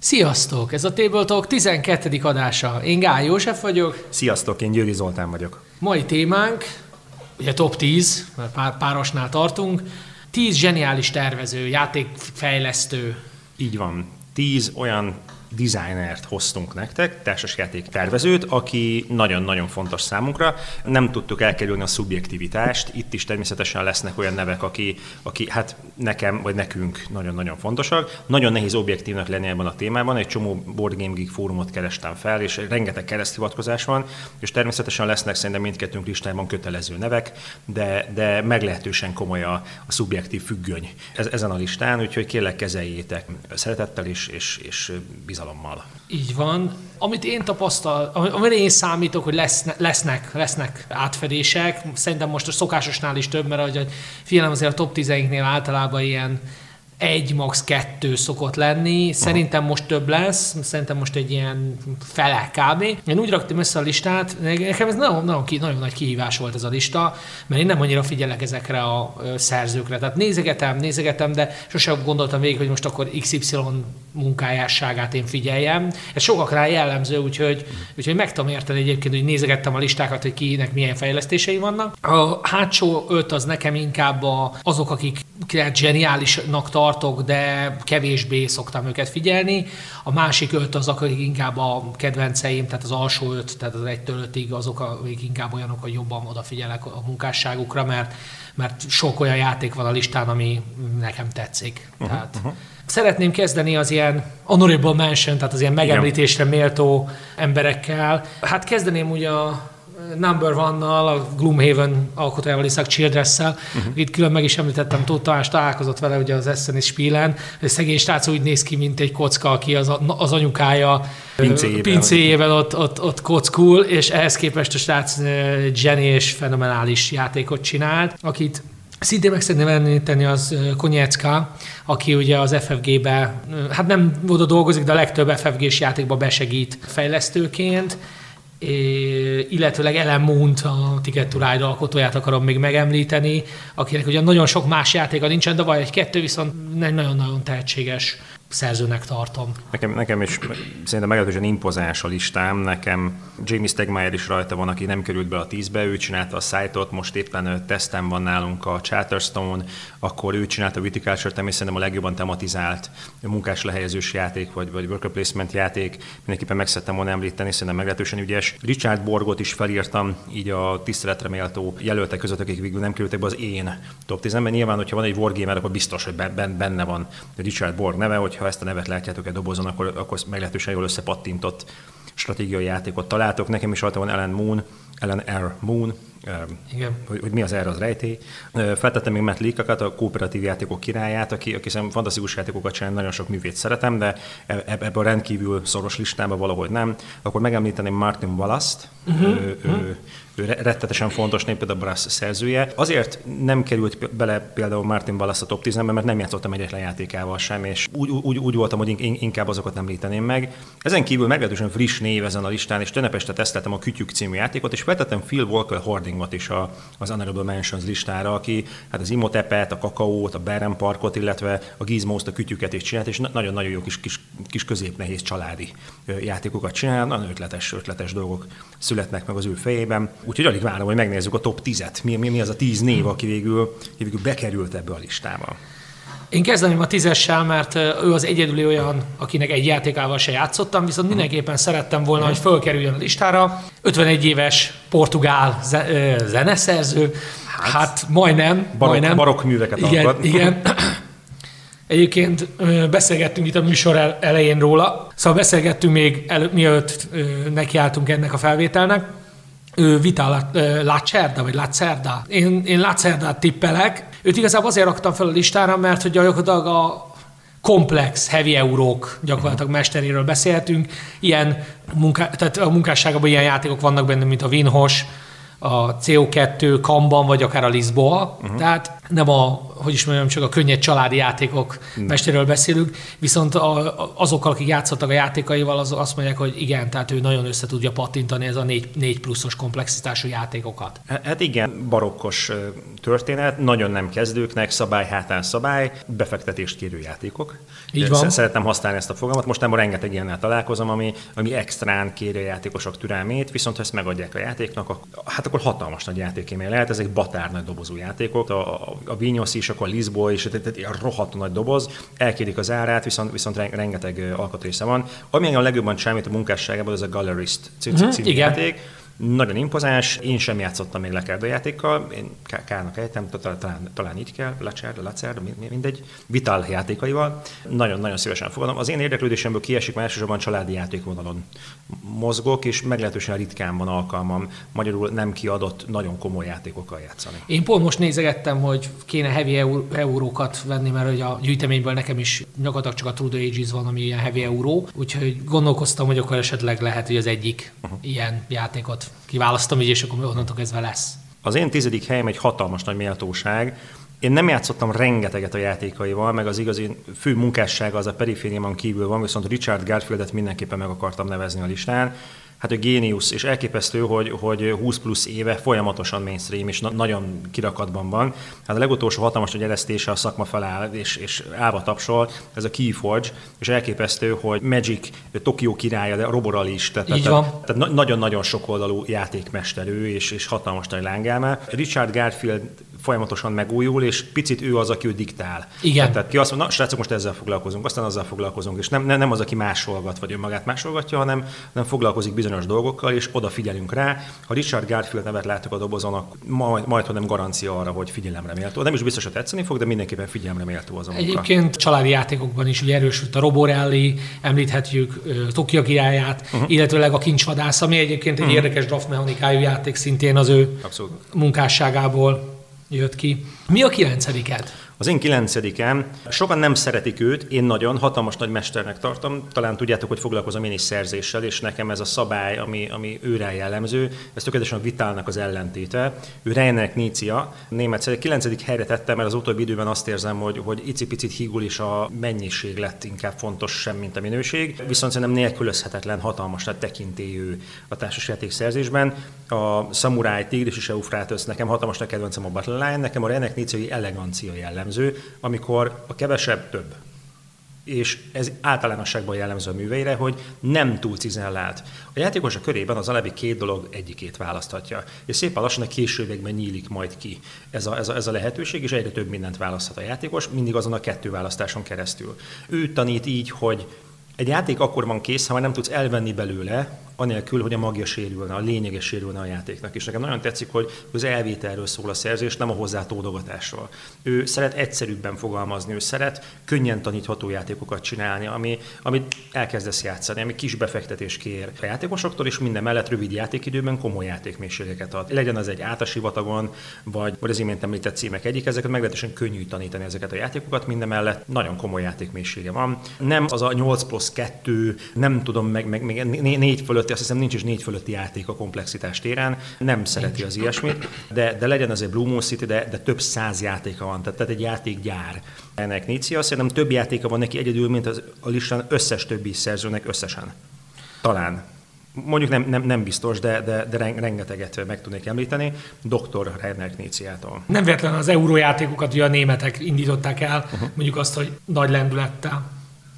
Sziasztok! Ez a Table Talk 12. adása. Én Gály József vagyok. Sziasztok, én Győri Zoltán vagyok. Mai témánk, ugye top 10, mert párosnál tartunk, 10 zseniális tervező, játékfejlesztő. Így van, 10 olyan designert hoztunk nektek, társasjáték tervezőt, aki nagyon-nagyon fontos számunkra. Nem tudtuk elkerülni a szubjektivitást, itt is természetesen lesznek olyan nevek, aki hát nekem vagy nekünk nagyon-nagyon fontosak. Nagyon nehéz objektívnak lenni ebben a témában, egy csomó Board Game Geek fórumot kerestem fel, és rengeteg kereszthivatkozás van, és természetesen lesznek szerintem mindkettőnk listában kötelező nevek, de meglehetősen komoly a szubjektív függöny ezen a listán, úgyhogy kérlek kezeljétek szeretettel és bizalommal. Így van. Amit én amire én számítok, hogy lesznek átfedések, szerintem most a szokásosnál is több, mert ahogy figyelem azért a top 10-einknél általában ilyen 1, max. 2 szokott lenni. Szerintem most több lesz, szerintem most egy ilyen fele kb. Én úgy raktam össze a listát, nekem ez nagyon nagy kihívás volt ez a lista, mert én nem annyira figyelek ezekre a szerzőkre. Tehát nézegetem, de sosem gondoltam végig, hogy most akkor XY munkájásságát én figyeljem. Ez sokakra jellemző, úgyhogy meg tudom érteni egyébként, hogy nézegettem a listákat, hogy kinek milyen fejlesztései vannak. A hátsó 5 az nekem inkább azok, akik zseniálisnak tartok, de kevésbé szoktam őket figyelni. A másik 5 az, akik inkább a kedvenceim, tehát az alsó 5, tehát az 1-től 5-ig azok, akik inkább olyanok, hogy jobban odafigyelek a munkásságukra, mert sok olyan játék van a listán, ami nekem tetszik. Szeretném kezdeni az ilyen honorable mention, tehát az ilyen megemlítésre méltó emberekkel. Hát kezdeném ugye a Number One-nal, a Gloomhaven alkotójával, Isaac Childress-szel. Itt külön meg is említettem, Tóth Tamás találkozott vele ugye az Essen Spielen. A szegény srác úgy néz ki, mint egy kocka, aki az anyukája pincéjében ott kockul, és ehhez képest a srác zseni és fenomenális játékot csinált, akit szintén meg szeretném említeni az Koniecka, aki ugye az FFG-be, hát nem oda dolgozik, de a legtöbb FFG-s játékba besegít fejlesztőként, illetőleg Alan Moon-t, a Ticket to Ride alkotóját akarom még megemlíteni, akinek ugye nagyon sok más játéka nincsen, de vagy egy-kettő, viszont nagyon-nagyon tehetséges szerzőnek tartom. Nekem is szerintem meglehetősen impozáns a listám. Nekem Jamie Stegmaier is rajta van, aki nem került be a 10-be, ő csinálta a Site-ot, most éppen teszten van nálunk a Charterstone, akkor ő csinálta a Viticulture-t, ami szerintem a legjobban tematizált munkás lehelyezős játék, vagy worker placement játék. Mindenképpen meg szerettem volna említeni, szerintem meglehetősen ügyes. Richard Borgot is felírtam, így a tiszteletre méltó jelöltek között, akik végül nem kerültek be az én top 10-ben. Nyilván, hogyha van egy wargamer, akkor biztos, hogy benne van Richard Borg neve, ha ezt a nevet látjátok egy dobozon, akkor meglehetősen jól összepattintott stratégiai játékot találtok. Nekem is rajta van Alan R. Moon, hogy mi az R, az rejtély. Feltettem még Matt Leakakat, a kooperatív játékok királyát, aki szerintem fantasztikus játékokat csinál, nagyon sok művét szeretem, de ebben a rendkívül szoros listában valahogy nem. Akkor megemlíteném Martin Wallace-t, ő rettetesen fontos név, például a Brass szerzője. Azért nem került bele például Martin Wallace a top 10-ben, mert nem játszottam egyetlen játékával sem, és úgy voltam, hogy inkább azokat említeném meg. Ezen kívül meglehetősen friss név ezen a listán, és tegnap este teszteltem a Kütyük című játékot, és feltettem Phil Walker Hoardingot is az Honorable Mentions listára, aki hát az Imhotepet, a Kakaót, a Barren Parkot, illetve a Gizmózt, a Kütyüket is csinált, és nagyon-nagyon jó kis középnehéz családi játékokat csinál, nagyon ötletes dolgok születnek meg az ő fejében. Úgyhogy alig várom, hogy megnézzük a top 10-et. Mi az a 10 név, aki végül bekerült ebbe a listába. Én kezdeném a 10-essel, mert ő az egyedüli olyan, akinek egy játékával se játszottam, viszont mindenképpen szerettem volna, hogy fölkerüljön a listára. 51 éves portugál zeneszerző, hát majdnem. Barokk műveket alkot. Igen. Egyébként beszélgettünk itt a műsor elején róla, szóval beszélgettünk még mielőtt nekiálltunk ennek a felvételnek. Vita Lacerda, vagy Lacerda. Én Lacerdát tippelek. Őt igazából azért raktam fel a listára, mert hogy gyakorlatilag a komplex, heavy eurók gyakorlatilag mesteréről beszélhetünk. Tehát a munkásságban ilyen játékok vannak benne, mint a Vinhos, a CO2, Kanban, vagy akár a Lisboa. Tehát nem csak a könnyed családi játékok mesteréről beszélünk, viszont azokkal, akik játszottak a játékaival, azt mondják, hogy igen, tehát ő nagyon össze tudja pattintani ez a 4 pluszos komplexitású játékokat. Hát igen, barokkos történet, nagyon nem kezdőknek, szabály hátán szabály, befektetést kérő játékok. Így van. Szeretem használni ezt a fogalmat, mostában rengeteg ilyennel találkozom, ami extrán kéri a játékosok türelmét, viszont ha ezt megadják a játéknak, akkor hatalmas nagy játékémé lehet, ezek batár nagy dobozú játékok, a Vinyos is, akkor a Lisboa is, tehát ilyen rohadt nagy doboz, elkérik az árát, viszont rengeteg alkatrésze van. Ami engem a legjobban csámít a munkásságában, az a Gallerist című játék. Nagyon impozáns, én sem játszottam még Lacerda játékkal, én K-nak ejtem, talán így kell, Lacerda, mindegy, Vital játékaival. Nagyon-nagyon szívesen fogadom. Az én érdeklődésemből kiesik, mert elsősorban családi játékvonalon mozgok, és meglehetősen ritkán van alkalmam magyarul nem kiadott, nagyon komoly játékokkal játszani. Én pont most nézegettem, hogy kéne heavy eurókat venni, mert hogy a gyűjteményből nekem is gyakorlatilag csak a True the Ages van, ami ilyen heavy euró, úgyhogy gondolkoztam, hogy akkor esetleg lehet, hogy az egyik ilyen játékot kiválasztom, és akkor onnantól kezdve lesz. Az én 10. helyem egy hatalmas nagy méltóság. Én nem játszottam rengeteget a játékaival, meg az igazi fő munkássága az a perifériumon kívül van, viszont Richard Garfieldet mindenképpen meg akartam nevezni a listán. Hát ő géniusz, és elképesztő, hogy 20 plusz éve folyamatosan mainstream, és nagyon kirakatban van. Hát a legutolsó hatalmas nagy eresztése a szakma feláll, és állva tapsol, ez a Keyforge, és elképesztő, hogy Magic, Tokió királya, de Roboral is, tehát nagyon-nagyon sokoldalú játékmesterő, és hatalmas nagy lángelme. Richard Garfield folyamatosan megújul, és picit ő az, aki ő diktál. Igen. Tehát ki azt mondja, na srácok, most ezzel foglalkozunk, aztán azzal foglalkozunk, és nem az, aki másolgat, vagy önmagát másolgatja, hanem foglalkozik bizonyos dolgokkal, és odafigyelünk rá. Ha Richard Garfield nevet látok a dobozon, majd nem garancia arra, hogy figyelemre méltó. Nem is biztos, hogy tetszeni fog, de mindenképpen figyelemre méltó az a munka. Egyébként családi játékokban is ugye erősült a Roborelli, említhetjük Tokió királyát, illetőleg a Kincsvadász, ami egyébként egy érdekes draft mechanikájú játék, szintén az ő munkásságából jött ki. Mi a 9-ed? Az én 9-em, sokan nem szeretik őt, én nagyon hatalmas nagy mesternek tartom. Talán tudjátok, hogy foglalkozom én is szerzéssel, és nekem ez a szabály, ami őre jellemző, ez tökéletesen a Vitalnak az ellentéte. Ő Reiner Knizia, német 9. helyre tettem, mert az utóbbi időben azt érzem, hogy icipicit hígul is a mennyiség lett inkább fontos sem, mint a minőség. Viszont szerintem nélkülözhetetlen, hatalmas nagy tekintélyű a társasjáték szerzésben. A Samurai, Tigris és Eufrates, nekem hatalmas nagy kedvencem a Battle Line, nekem a Reiner Kniziai elegancia jellemző, amikor a kevesebb több. És ez általánosságban jellemző a műveire, hogy nem túl cizellált. A játékosok körében az alábbi 2 dolog egyikét választhatja. És szépen lassan a későbbekben nyílik majd ki ez a lehetőség, és egyre több mindent választhat a játékos, mindig azon a 2 választáson keresztül. Ő tanít így, hogy egy játék akkor van kész, ha már nem tudsz elvenni belőle, anélkül, hogy a magja sérülne, a lényege sérülne a játéknak. És nekem nagyon tetszik, hogy az elvételről szól a szerzés, nem a hozzátódogatásról. Ő szeret egyszerűbben fogalmazni, ő szeret könnyen tanítható játékokat csinálni, amit elkezdesz játszani, ami kis befektetés kér a játékosoktól, és minden mellett rövid játékidőben komoly játékmélységeket ad. Legyen az egy átasivatagon, vagy az imént említett címek egyik, ezeket meglehetősen könnyű tanítani ezeket a játékokat, minden mellett nagyon komoly játékmélysége van. Nem az a 8+2, nem tudom, meg 4 fölött, azt hiszem nincs is 4 fölötti játék a komplexitás téren, nem szereti az ilyesmit, de legyen azért Blue Moon City, de több 100 játéka van, tehát egy játékgyár. Ennek Knizia, szerintem több játéka van neki egyedül, mint a listán összes többi szerzőnek összesen. Talán. Mondjuk nem biztos, de rengeteget meg tudnék említeni. Dr. Reiner Kniziától. Nem véletlen az eurójátékokat ugye a németek indították el, mondjuk azt, hogy nagy lendülettel.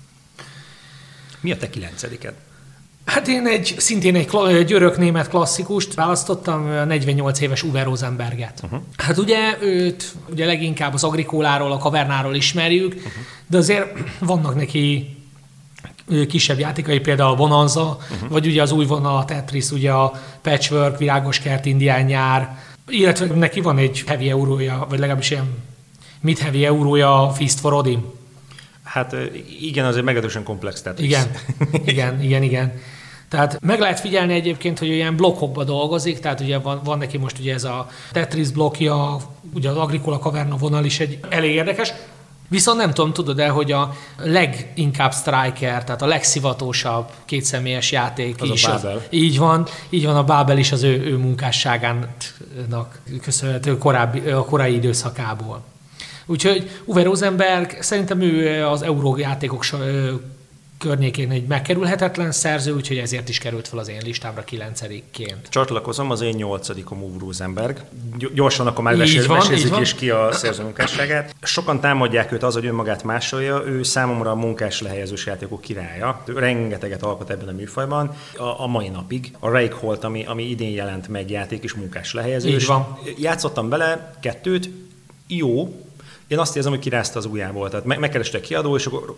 Mi a te 9-ed? Hát én szintén egy örök német klasszikust választottam, 48 éves Uwe Rosenberget. Hát ugye őt leginkább az Agrikoláról, a Kavernáról ismerjük, de azért vannak neki kisebb játékai, például a Bonanza, vagy ugye az új vonal a Tetris, ugye a Patchwork, Virágos kert, Indián nyár, illetve neki van egy heavy eurója, vagy legalábbis ilyen mid-heavy eurója, a Feast for Odin. Hát igen, azért meglehetősen komplex Tetris. Igen. Tehát meg lehet figyelni egyébként, hogy ilyen blokkokba dolgozik, tehát ugye van neki most ugye ez a Tetris blokkja, ugye az Agricola Caverna vonal is egy elég érdekes. Viszont nem tudom, tudod-e, hogy a leginkább striker, tehát a legszivatósabb kétszemélyes játék az is. A Babel. Így van, a Babel is az ő munkásságának köszönhető a korai időszakából. Úgyhogy Uwe Rosenberg szerintem ő az eurójátékok környékén egy megkerülhetetlen szerző, úgyhogy ezért is került fel az én listámra 9-ként. Csatlakozom, az én 8-a Uwe Rosenberg. Gyorsan akkor már vesézzük is ki a szerző munkásságát. Sokan támadják őt az, hogy önmagát másolja, ő számomra a munkás lehelyezős játékok királya. Ő rengeteget alkot ebben a műfajban, a mai napig. A Reicholt, ami idén jelent meg játék és munkás lehelyezős. Játszottam vele 2, jó. Én azt érzem, hogy kirázta az ujjából. Tehát megkereste a kiadó, és akkor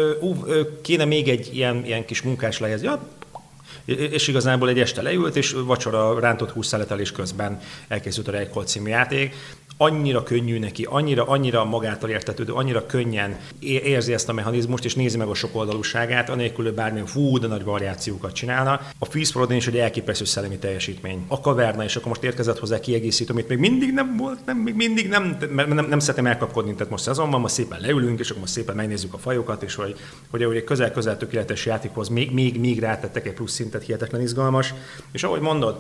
kéne még egy ilyen kis munkás lehelyező. Ja, és igazából egy este leült, és vacsora rántott hússzeletelés közben elkészült a Reicholt című játék. Annyira könnyű neki, annyira magától értetődő, annyira könnyen érzi ezt a mechanizmust, és nézi meg a sokoldalúságát, anélkül, hogy bármilyen de nagy variációkat csinálna. A Freeze is egy elképesztő szellemi teljesítmény. A Caverna, és akkor most érkezett hozzá kiegészítő, amit még mindig nem volt, még nem szeretem elkapkodni, tehát most szezonban, most szépen leülünk, és akkor most szépen megnézzük a fajokat, és hogy egy közel-közel tökéletes játékhoz még rátettek egy plusz szintet, hihetetlen izgalmas. És ahogy mondod,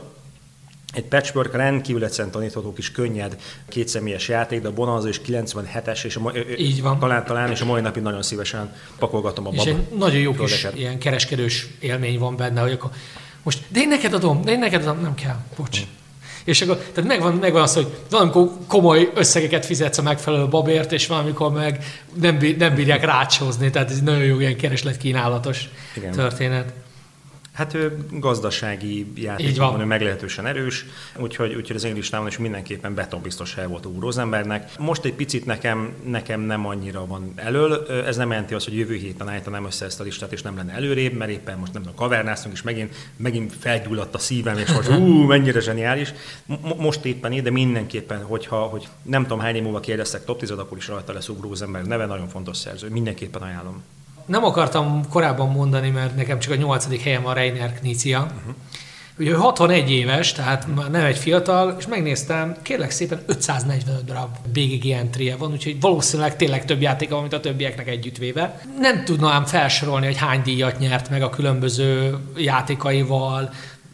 egy patchwork rendkívül egyszerűen tanítható kis könnyed kétszemélyes játék, de a Bonanza is 97-es, és így van. talán, és a mai napig nagyon szívesen pakolgatom a És egy nagyon jó kis ilyen kereskedős élmény van benne, hogy akkor most, de én neked adom, nem kell, bocs. És akkor, tehát megvan az, hogy valamikor komoly összegeket fizetsz a megfelelő babért, és valamikor meg nem bírják rácsózni, tehát ez egy nagyon jó ilyen keresletkínálatos történet. Hát ő gazdasági játékban ő meglehetősen erős, úgyhogy az én listámon is mindenképpen betonbiztos hely volt Uwe Rosenbergnek. Most egy picit nekem nem annyira van elől, ez nem jelenti azt, hogy jövő héten állítanám össze ezt a listát, és nem lenne előrébb, mert éppen most nem kavernáztunk, és megint felgyulladt a szívem, és most mennyire zseniális. Most éppen de mindenképpen, hogy nem tudom hány év múlva kérdeztek top 10, akkor is rajta lesz Uwe Rosenberg neve, nagyon fontos szerző, mindenképpen ajánlom. Nem akartam korábban mondani, mert nekem csak a 8. helyen van Reiner Knizia. Ugye ő 61 éves, tehát már nem egy fiatal, és megnéztem, kérlek szépen 545 darab BGG entry-je van, úgyhogy valószínűleg tényleg több játéka van, mint a többieknek együttvéve. Nem tudnám felsorolni, hogy hány díjat nyert meg a különböző játékaival,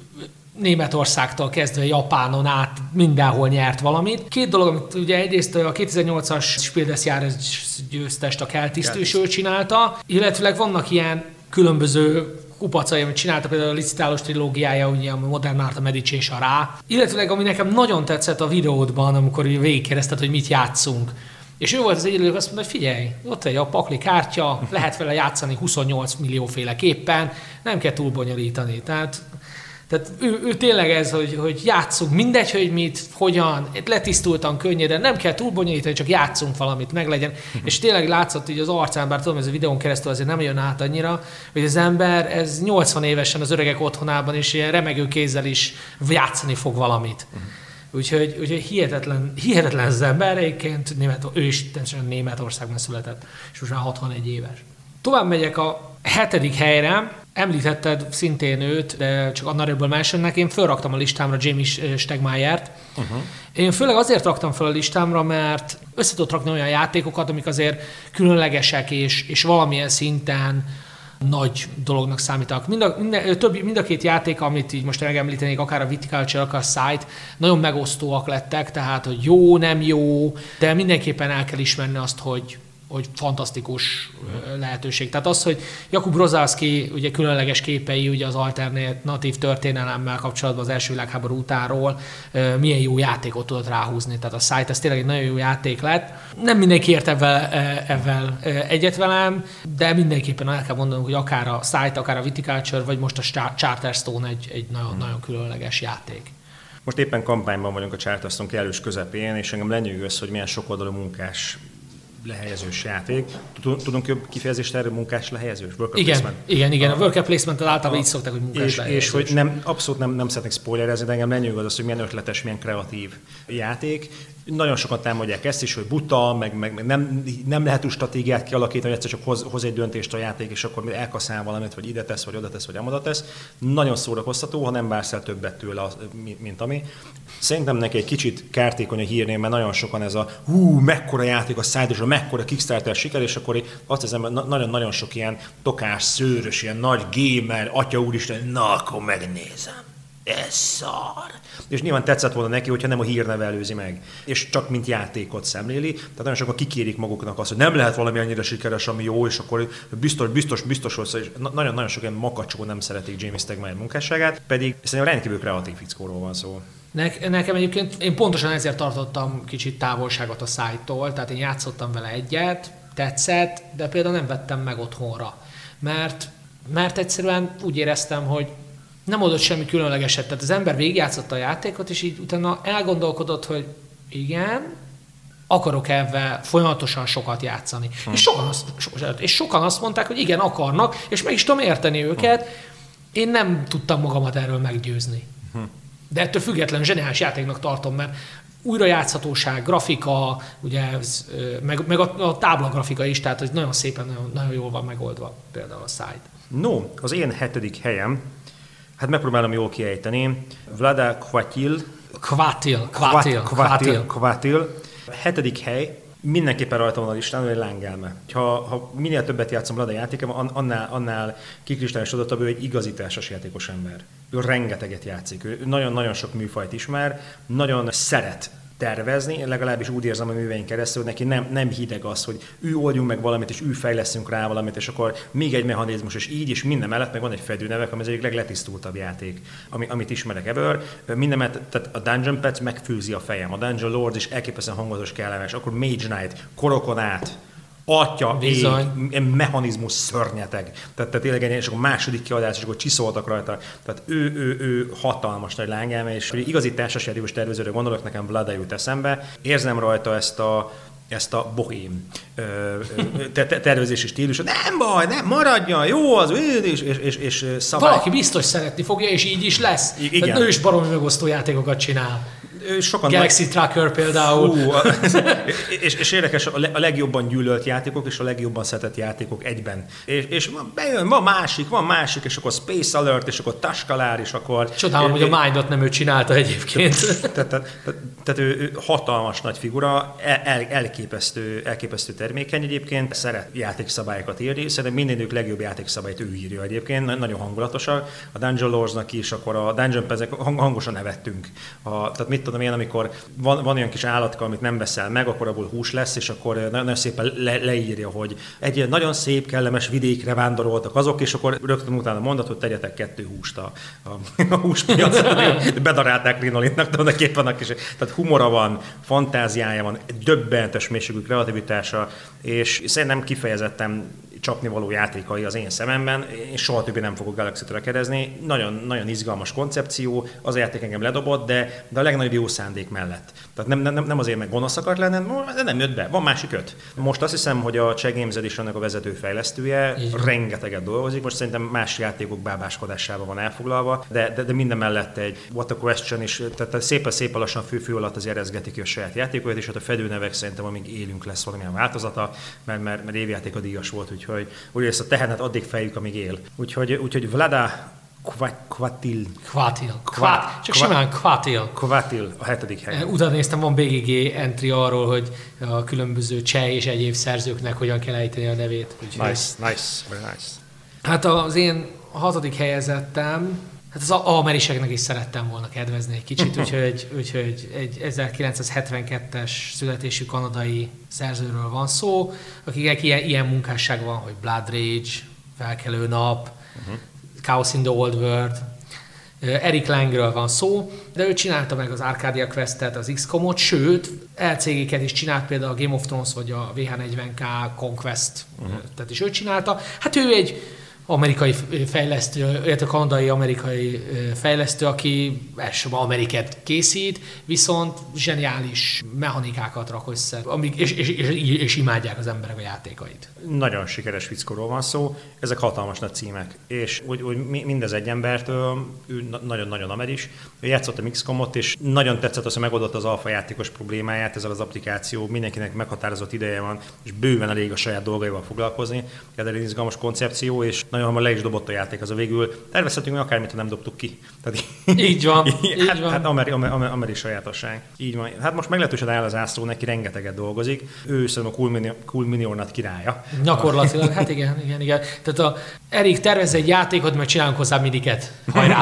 Németországtól kezdve Japánon át mindenhol nyert valamit. Két dolog, amit ugye egyrészt a 2008-as Spiel des Jahres győztest a Keltisztő ő csinálta, illetőleg vannak ilyen különböző kupacai, amit csinálta, például a licitálós trilógiája, ugye a Modern Art, a Medici és a Rá. Illetőleg, ami nekem nagyon tetszett a videódban, amikor végigkérdezted, hogy mit játszunk. És ő volt az egyedül, azt mondta, hogy figyelj, ott egy a pakli kártya, lehet vele játszani 28 millióféleképpen, nem kell túl bonyolítani. Tehát ő tényleg ez, hogy játszunk, mindegy, hogy mit, hogyan, letisztultan, könnyeden, nem kell túl bonyolítani, csak játszunk valamit, meglegyen. És tényleg látszott így az arcán, bár tudom, ez a videón keresztül azért nem jön át annyira, hogy az ember, ez 80 évesen az öregek otthonában is ilyen remegő kézzel is játszani fog valamit. Úgyhogy hihetetlen az ember, egyébként ő is természetesen Németországban született, és most már 61 éves. Tovább megyek a 7. helyre, említetted szintén őt, de csak honorable mentionnek, én fölraktam a listámra Jamie Stegmaiert. Én főleg azért raktam fel a listámra, mert össze tudott rakni olyan játékokat, amik azért különlegesek, és valamilyen szinten nagy dolognak számítanak. Mind a két játék, amit így most megemlítenék, akár a Viticulture, akár a Sight, nagyon megosztóak lettek, tehát hogy jó, nem jó, de mindenképpen el kell ismerni azt, hogy fantasztikus lehetőség. Tehát az, hogy Jakub Brozalski ugye különleges képei ugye az alternatív történelemmel kapcsolatban az első világháború utánról milyen jó játékot tudott ráhúzni. Tehát a Sight, ez tényleg egy nagyon jó játék lett. Nem mindenki ért ebben egyet velem, de mindenképpen el kell mondanom, hogy akár a Sight, akár a Viticulture, vagy most a Charterstone egy nagyon, nagyon különleges játék. Most éppen kampányban vagyunk a Charterstone kellős közepén, és engem lenyűgöz, hogy milyen sokoldalú munkás lehelyezős játék. Tudunk jobb kifejezést erre, munkás lehelyezős? Igen. A worker placement általában így szokták, hogy munkás lehelyezős. És hogy abszolút nem szeretnék spoilerezni, de engem lenyűgöz az, hogy milyen ötletes, milyen kreatív játék. Nagyon sokan támadják ezt is, hogy buta, meg nem lehet úgy stratégiát kialakítani, hogy egyszer csak hoz egy döntést a játék, és akkor elkaszál valamit, vagy ide tesz, vagy oda tesz, vagy amoda tesz. Nagyon szórakoztató, ha nem vársz el többet tőle, mint ami. Szerintem neki egy kicsit kártékony a hírnév, mert nagyon sokan ez a mekkora játék a Side, mekkora Kickstarter siker, és akkor azt hiszem, nagyon sok ilyen tokás, szőrös, ilyen nagy gamer, atya úristen, na akkor megnézem. ez szar. És nyilván tetszett volna neki, hogyha nem a hírneve előzi meg, és csak mint játékot szemléli. Tehát nagyon sokan kikérik maguknak azt, hogy nem lehet valami annyira sikeres, ami jó, és akkor biztos hozzá, és nagyon-nagyon sok ilyen makacsó nem szeretik Jamie Stegmaier munkásságát, pedig szerintem rendkívül kreatív fickóról van szó. Nekem egyébként, én pontosan ezért tartottam kicsit távolságot a szájtól, tehát én játszottam vele egyet, tetszett, de például nem vettem meg otthonra, mert egyszerűen úgy éreztem, hogy nem oldott semmi különlegeset, tehát az ember végigjátszotta a játékot, és így utána elgondolkodott, hogy igen, akarok ebben folyamatosan sokat játszani. És sokan azt mondták, hogy igen, akarnak, és meg is tudom érteni őket, én nem tudtam magamat erről meggyőzni. De ettől függetlenül zseniális játéknak tartom, mert újrajátszhatóság, grafika, ugye, meg a táblagrafika is, tehát hogy nagyon szépen, nagyon jól van megoldva például a site. No, az én 7. helyem, hát megpróbálom jól kiejteni, Vlada Chvátil. 7. hely, mindenképpen rajta van a listán, hogy lángelme. Ha minél többet játszom Vlada játékában, annál kikristályosodottabb, ő egy igazi társas játékos ember. Ő rengeteget játszik, ő nagyon-nagyon sok műfajt ismer, nagyon szeret tervezni, legalábbis úgy érzem a műveink keresztül, hogy neki nem hideg az, hogy ő oldjunk meg valamit, és ő fejleszünk rá valamit, és akkor még egy mechanizmus, és így, és minden mellett meg van egy fedőnevek, ami az egyik legletisztultabb játék, amit ismerek ebből. Mindenmet, tehát a Dungeon Pet megfűzi a fejem, a Dungeon Lords is elképesztően hangozós, kellemes, akkor Mage Knight, korokon át, atya, ég, mechanizmus szörnyeteg. Tehát tényleg és akkor második kiadás, és akkor csiszoltak rajta. Tehát ő hatalmas nagy lángelme, és igazi társasjátékos tervezőre gondolok, nekem Vlada jut eszembe. Érzem rajta ezt a bohém tervezési stílusot. Nem baj, nem maradjon, jó az, és szabály. Valaki biztos szeretni fogja, és így is lesz. Igen. Tehát ő is baromi megosztó játékokat csinál. Galaxy Tracker például. És érdekes, a legjobban gyűlölt játékok és a legjobban szeretett játékok egyben. És bejön, van másik, és akkor Space Alert, és akkor Taskalár, és akkor... Csodálom, hogy a Mindot nem ő csinálta egyébként. Tehát ő hatalmas nagy figura, elképesztő termékeny egyébként, szeret játékszabályokat írni, szerintem mindenük legjobb játékszabályt ő írja egyébként, nagyon hangulatosak. A Dungeon Lordsnak is, akkor a Dungeon Pezek hangosan nevettünk. Tehát mit tudom én, amikor van olyan kis állatka, amit nem veszel meg, akkor abból hús lesz, és akkor nagyon szépen leírja, hogy egy nagyon szép, kellemes vidékre vándoroltak azok, és akkor rögtön utána mondat, hogy tegyetek 2 húst a húspiacra. Bedarálták Linolintnak, tulajdonképpen is. Tehát humora van, fantáziája van, döbbentes mélységű kreativitása, és szerintem kifejezetten csapnivaló játékai az én szememben. Én soha többé nem fogok Galaxy-t kerezni. Nagyon, nagyon izgalmas koncepció, az a játék engem ledobott, de a legnagyobb jó szándék mellett. Tehát nem azért, meg gonosz akart lenni, de nem jött be. Van másik 5. Most azt hiszem, hogy a Czech Games Edition-nek a vezető fejlesztője rengeteget dolgozik. Most szerintem más játékok bábáskodásában van elfoglalva, de minden mellett egy What a Question is, tehát szépen lassan fő alatt az erezgetik ki a saját játékokat, és hát a fedőnevek szerintem amíg élünk lesz valamilyen változata, mert évjáték a díjas volt, úgyhogy ezt a tehenet addig fejük, amíg él. Úgyhogy Vlada Chvátil. Csak simán Chvátil. Chvátil a 7. helyen. Utána néztem, van BGG entry arról, hogy a különböző cseh és egyéb szerzőknek hogyan kell ejteni a nevét. Nice, very nice. Hát az én 6. helyezettem, hát az ameriseknek is szerettem volna kedvezni egy kicsit, úgyhogy egy 1972-es születésű kanadai szerzőről van szó, akiknek ilyen munkásság van, hogy Blood Rage, Felkelő nap, Chaos in the Old World. Eric Langről van szó, de ő csinálta meg az Arcadia Quest-et, az XCOM-ot, sőt, LCG-ket is csinált, például a Game of Thrones vagy a VH40K Conquest, tehát is ő csinálta. Hát ő egy amerikai fejlesztő, illetve kanadai-amerikai fejlesztő, aki elsősorban Amerikát készít, viszont zseniális mechanikákat rak össze, és imádják az emberek a játékait. Nagyon sikeres fickóról van szó, ezek hatalmas nagy címek, és úgy mindez egy embertől, ő nagyon-nagyon ameris, ő játszott a XCOM-ot, és nagyon tetszett az, hogy megoldotta az alfa játékos problémáját, ezzel az applikáció, mindenkinek meghatározott ideje van, és bőven elég a saját dolgaival foglalkozni, ez egy izgalmas koncepció, és nagyon hamar le is dobott a játék, az a végül tervezhetünk mi akármit, ha nem dobtuk ki. Tehát, így van. Így van. Hát ameri sajátosság. Így van. Hát most meglehetősen áll az ászló, neki rengeteget dolgozik. Ő szerintem a Cool Mini királya. Gyakorlatilag, hát igen. Tehát a Erik tervez egy játékot, majd csinálunk hozzá midiket. Hajrá!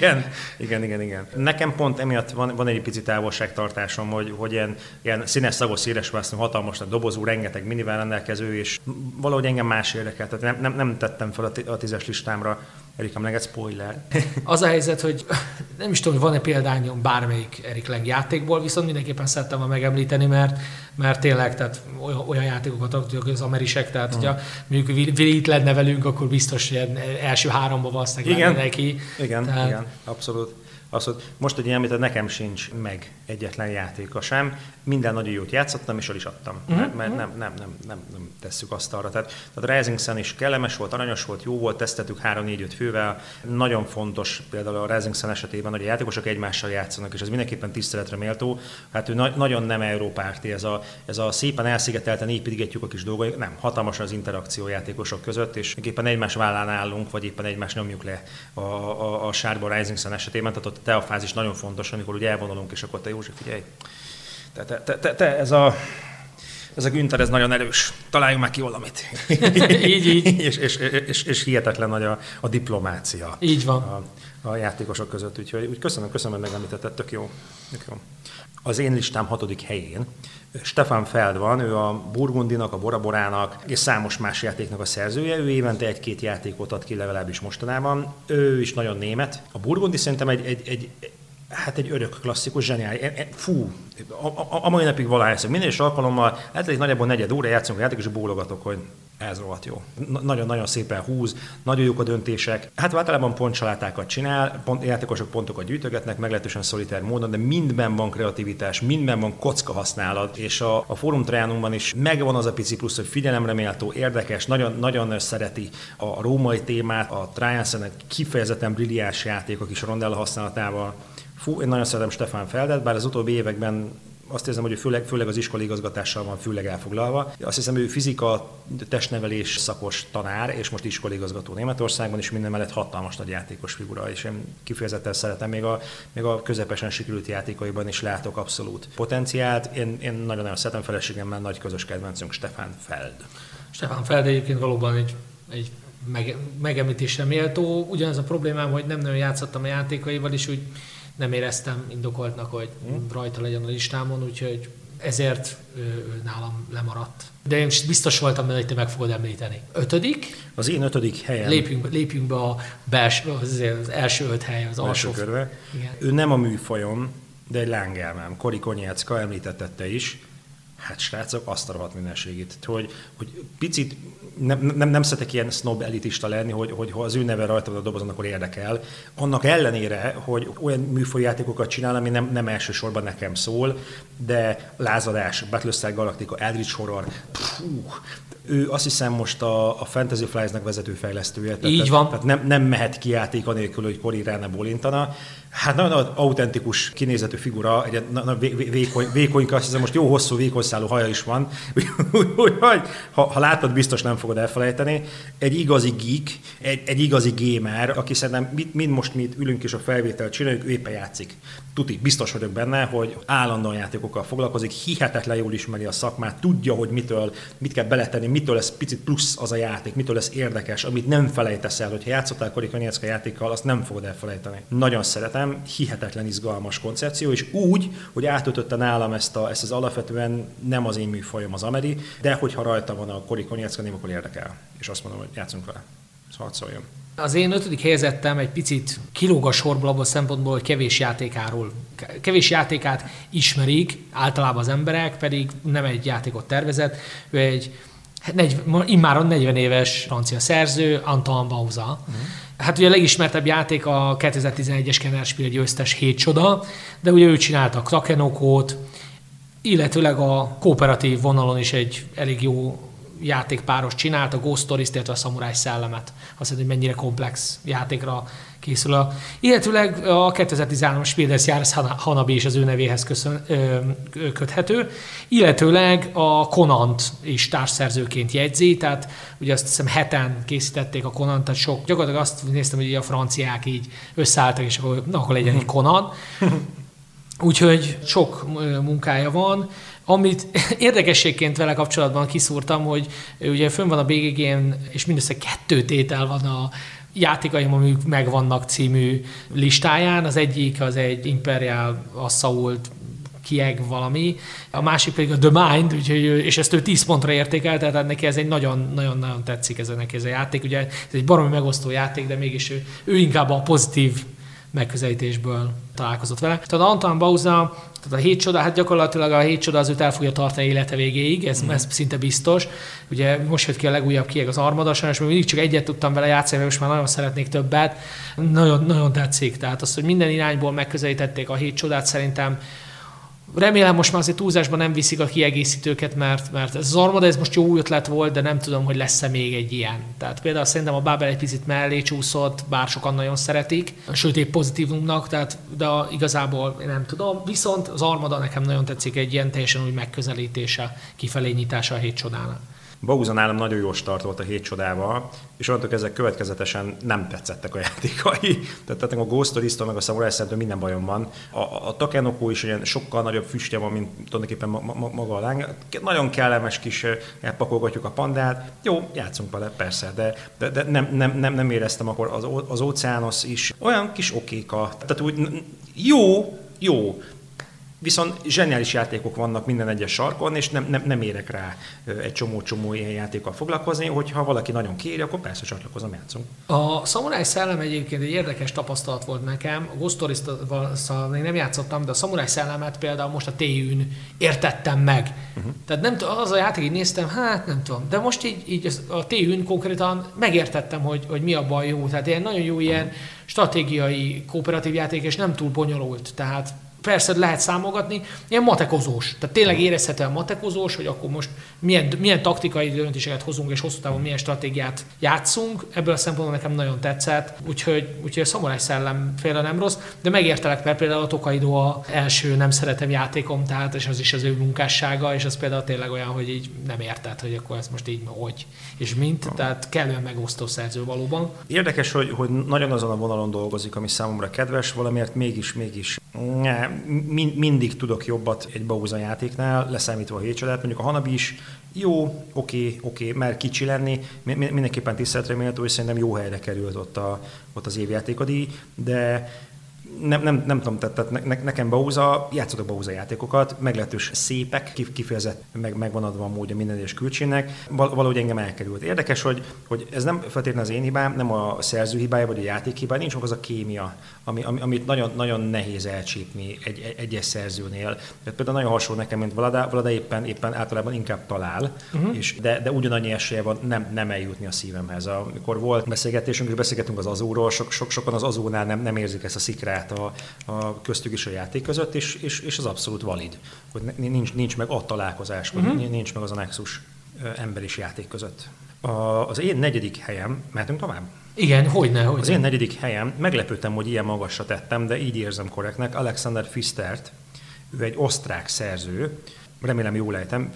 igen. Nekem pont emiatt van egy pici távolságtartásom, hogy ilyen színes, szagos, széles vászló, hatalmas dobozú, rengeteg minivel rendelkező, és valahogy engem más érdekel. Tehát nem tettem fel a 10-es listámra. Erik, emleget spoiler. Az a helyzet, hogy nem is tudom, hogy van-e példányom bármelyik Erik Lang játékból, viszont mindenképpen szerettem volna megemlíteni, mert tényleg tehát olyan játékokat adjuk az amerisek, tehát hogyha mondjuk Willy itt lenne velünk, akkor biztos, hogy első 3-ban valószínűleg lenne neki. Igen, abszolút. Most, hogy említed, nekem sincs meg egyetlen játéka sem. Minden nagyon jót játszottam, és el is adtam. Mert nem tesszük azt arra. Tehát Rising Sun is kellemes volt, aranyos volt, jó volt, tesztettük 3-4-5 fővel. Nagyon fontos például a Rising Sun esetében, hogy a játékosok egymással játszanak, és ez mindenképpen tiszteletre méltó. Hát ő nagyon nem európárti, ez a szépen elszigetelten építgetjük a kis dolgokat. Nem, hatalmas az interakció játékosok között, és éppen egymás vállán állunk, vagy éppen egymást nyomjuk le a sárba a Rising Sun esetében. Tehát te a fázis nagyon fontos, amikor ugye elvonulunk, és akkor te József, figyelj, te ez a Günther, ez nagyon erős. Találjunk már ki valamit. így. és hihetetlen nagy a diplomácia. Így van. A játékosok között. Úgyhogy köszönöm, hogy megemlítetted, tök jó. Az én listám 6. helyén Stefan Feld van, ő a Burgundinak, a Bora Borának és számos más játéknak a szerzője. Ő évente 1-2 játékot ad ki, legalábbis mostanában. Ő is nagyon német. A Burgundi szerintem egy örök klasszikus, zseniális. A mai napig valahány minden is alkalommal, egy nagyjából 4 óra játszunk a játékot, és bólogatok, hogy ez rohadt jó. Nagyon szépen húz, nagyon jók a döntések. Hát általában pontcsalátákat csinál, játékosok pontokat gyűjtögetnek, meglehetősen szolitár módon, de mindben van kreativitás, mindben van kocka használat, és a Forum Trajanumban is megvan az a pici plusz, hogy figyelemre méltó, érdekes, nagyon szereti a római témát, a Trajan kifejezetten brilliáns játék a kis rondella használatával. Én nagyon szeretem Stefan Feldet, bár az utóbbi években azt érzem, hogy ő főleg az iskolai igazgatással van főleg elfoglalva. Azt hiszem, ő fizika, testnevelés szakos tanár, és most iskolai igazgató Németországban, és minden mellett hatalmas nagy játékos figura, és én kifejezetten szeretem, még a közepesen sikerült játékaiban is látok abszolút potenciált. Én nagyon szeretem, feleségemmel nagy közös kedvencünk Stefan Feld. Stefan Feld egyébként valóban egy megemlítésre méltó. Ugyanaz a problémám, hogy nem nagyon játszottam a játékaival, és úgy nem éreztem indokoltnak, hogy rajta legyen a listámon, úgyhogy ezért ő nálam lemaradt. De én biztos voltam benne, hogy te meg fogod említeni. 5. Az én 5. helyen. Lépjünk be az első 5 hely, az alsó körbe. Igen. Ő nem a műfajom, de egy lángelmám. Cory Koniecka, említetted te is. Hát srácok, azt a rohadt mindenségét. Hogy picit nem szeretek ilyen snob elitista lenni, hogy ha az ő neve rajta van a dobozon, akkor érdekel. Annak ellenére, hogy olyan műfaji játékokat csinál, ami nem elsősorban nekem szól, de lázadás, Battlestar Galactica, Eldritch Horror, ő azt hiszem most a Fantasy Flies-nek vezető fejlesztője. Így van. Tehát nem mehet ki játék anélkül, hogy Cory rá ne bólintana. Hát nagyon autentikus kinézetű figura, egy vékonyka, azt hiszem most jó hosszú vékonyszálú haja is van, úgyhogy ha látod, biztos nem fogod elfelejteni. Egy igazi geek, egy igazi gamer, aki szerintem mind most mi ülünk és a felvételt csináljuk, ő éppen játszik. Tuti, biztos vagyok benne, hogy állandóan játékokkal foglalkozik, hihetetlen jól ismeri a szakmát, tudja, hogy mit kell beletenni, mitől lesz picit plusz az a játék, mitől lesz érdekes, amit nem felejtesz el, hogyha játszottál Cory Koniecka játékkal, azt nem fogod elfelejteni. Nagyon szeretem, hihetetlen izgalmas koncepció, és úgy, hogy átütötte nálam ezt az alapvetően nem az én műfajom az ameri, de hogyha rajta van a Cory Koniecka név, akkor érdekel. És azt mondom, hogy játszunk vele. Szóval szóljon. Az én 5. helyezettem egy picit kilóg a sorból abban a szempontból, hogy kevés játékát ismerik általában az emberek, pedig nem egy játékot tervezett. Ő egy immáron 40 éves francia szerző, Antoine Bauza. Hát ugye a legismertebb játék a 2011-es Kennerspiel győztes 7 csoda, de ugye ő csinálta a Krakenokót, illetőleg a kooperatív vonalon is egy elég jó játékpáros csinált, a Ghost Stories-t, illetve a Szamuráj Szellemet. Azt mondja, hogy mennyire komplex játékra készül. Illetőleg a 2013-as Spiel des Jahres Hanabi is az ő nevéhez köthető. Illetőleg a Conant is társszerzőként jegyzi, tehát ugye azt hiszem 7-en készítették a Conant, tehát sok, gyakorlatilag azt néztem, hogy a franciák így összeálltak, és akkor legyen egy Conan. Úgyhogy sok munkája van. Amit érdekességként vele kapcsolatban kiszúrtam, hogy ugye fönn van a BGG-n, és mindössze 2 tétel van a játékaim, amik megvannak című listáján. Az egyik az egy Imperial Assault Kieg valami, a másik pedig a The Mind, úgyhogy, és ezt ő 10 pontra értékelt, tehát neki ez egy nagyon-nagyon tetszik ez a játék. Ugye ez egy baromi megosztó játék, de mégis ő inkább a pozitív megközelítésből találkozott vele. Tehát Antoine Bauza, tehát a 7 csoda, hát gyakorlatilag a 7 csoda az őt el fogja tartani élete végéig, ez szinte biztos. Ugye most jött ki a legújabb Kieg az Armada, sajnos még mindig csak egyet tudtam vele játszani, most már nagyon szeretnék többet. Nagyon, nagyon tetszik. Tehát az, hogy minden irányból megközelítették a 7 csodát, szerintem remélem most már azért túlzásban nem viszik a kiegészítőket, mert ez az Armada, ez most jó ötlet volt, de nem tudom, hogy lesz-e még egy ilyen. Tehát például szerintem a Babel egy picit mellé csúszott, bár sokan nagyon szeretik, sőt épp pozitívumnak, de igazából én nem tudom. Viszont az Armada nekem nagyon tetszik, egy ilyen teljesen új megközelítése, kifelé nyitása a 7 csodának. Bauza nálam nagyon jó start volt a 7 csodával, és onnantól ezek következetesen nem tetszettek a játékai. Tehát a Ghost Stories-től meg a Samurai Szellem minden bajom van. A Takenoko is ilyen sokkal nagyobb füstje van, mint tulajdonképpen maga a láng. Nagyon kellemes kis, elpakolgatjuk a pandát. Jó, játszunk vele, persze, de nem éreztem akkor az Oceanos is. Olyan kis okéka. Tehát úgy jó. Viszont zseniális játékok vannak minden egyes sarkon, és nem érek rá egy csomó ilyen játékkal foglalkozni, hogyha valaki nagyon kéri, akkor persze csatlakozom, játszunk. A Szamuráj Szellem egyébként egy érdekes tapasztalat volt nekem. A Ghost Stories-tal még nem játszottam, de a Szamuráj Szellemet például most a TÜ-n értettem meg. Tehát nem az a játék, így néztem, hát nem tudom, de most így a TÜ-n konkrétan megértettem, hogy mi abban jó. Tehát ilyen nagyon jó ilyen stratégiai, kooperatív játék, és nem túl bonyolult. Tehát persze lehet számolgatni, ilyen matekozós. Tehát tényleg érezhetően matekozós, hogy akkor most milyen taktikai döntéseket hozunk, és hosszú távon milyen stratégiát játszunk. Ebből a szempontból nekem nagyon tetszett, úgyhogy a Szamuráj Szellem félre nem rossz, de megértelek, mert például a Tokaido a első nem szeretem játékom, tehát és az is az ő munkássága, és az például tényleg olyan, hogy így nem érted, hogy akkor ez most így hogy és mint, tehát kellően megosztó szerző valóban. Érdekes, hogy nagyon azon a vonalon dolgozik, ami számomra kedves, valamiért mégis mindig tudok jobbat egy Bauza játéknál, leszámítva a 7 csodát. Mondjuk a Hanabi is jó, oké, mer kicsi lenni, mindenképpen tiszteletre méltó, és szerintem jó helyre került ott az évjátékadíj, de nem tudom, tehát nekem Bauza, játszottak Bauza játékokat, meglehetős szépek, kifejezett, megvan adva a módja minden egyes külcsének, valahogy engem elkerült. Érdekes, hogy ez nem feltétlenül az én hibám, nem a szerző hibája, vagy a játék hibája, nincs meg az a kémia, amit nagyon, nagyon nehéz elcsípni egyes szerzőnél. Például nagyon hasonló nekem, mint Vlada éppen általában inkább talál, de ugyanannyi esélye van nem eljutni a szívemhez. Amikor volt beszélgetésünk, és beszélgettünk az Azóról, sokan az Azónál nem érzik ezt a szikrát a köztük is a játék között, és az abszolút valid, hogy nincs meg a találkozás, nincs meg az a nexus ember és játék között. Az én 4. helyem, mehetünk tovább? Igen, hogyne. Az én 4. helyem, meglepődtem, hogy ilyen magasra tettem, de így érzem korrektnek, Alexander Pfistert, ő egy osztrák szerző, remélem jól ejtem,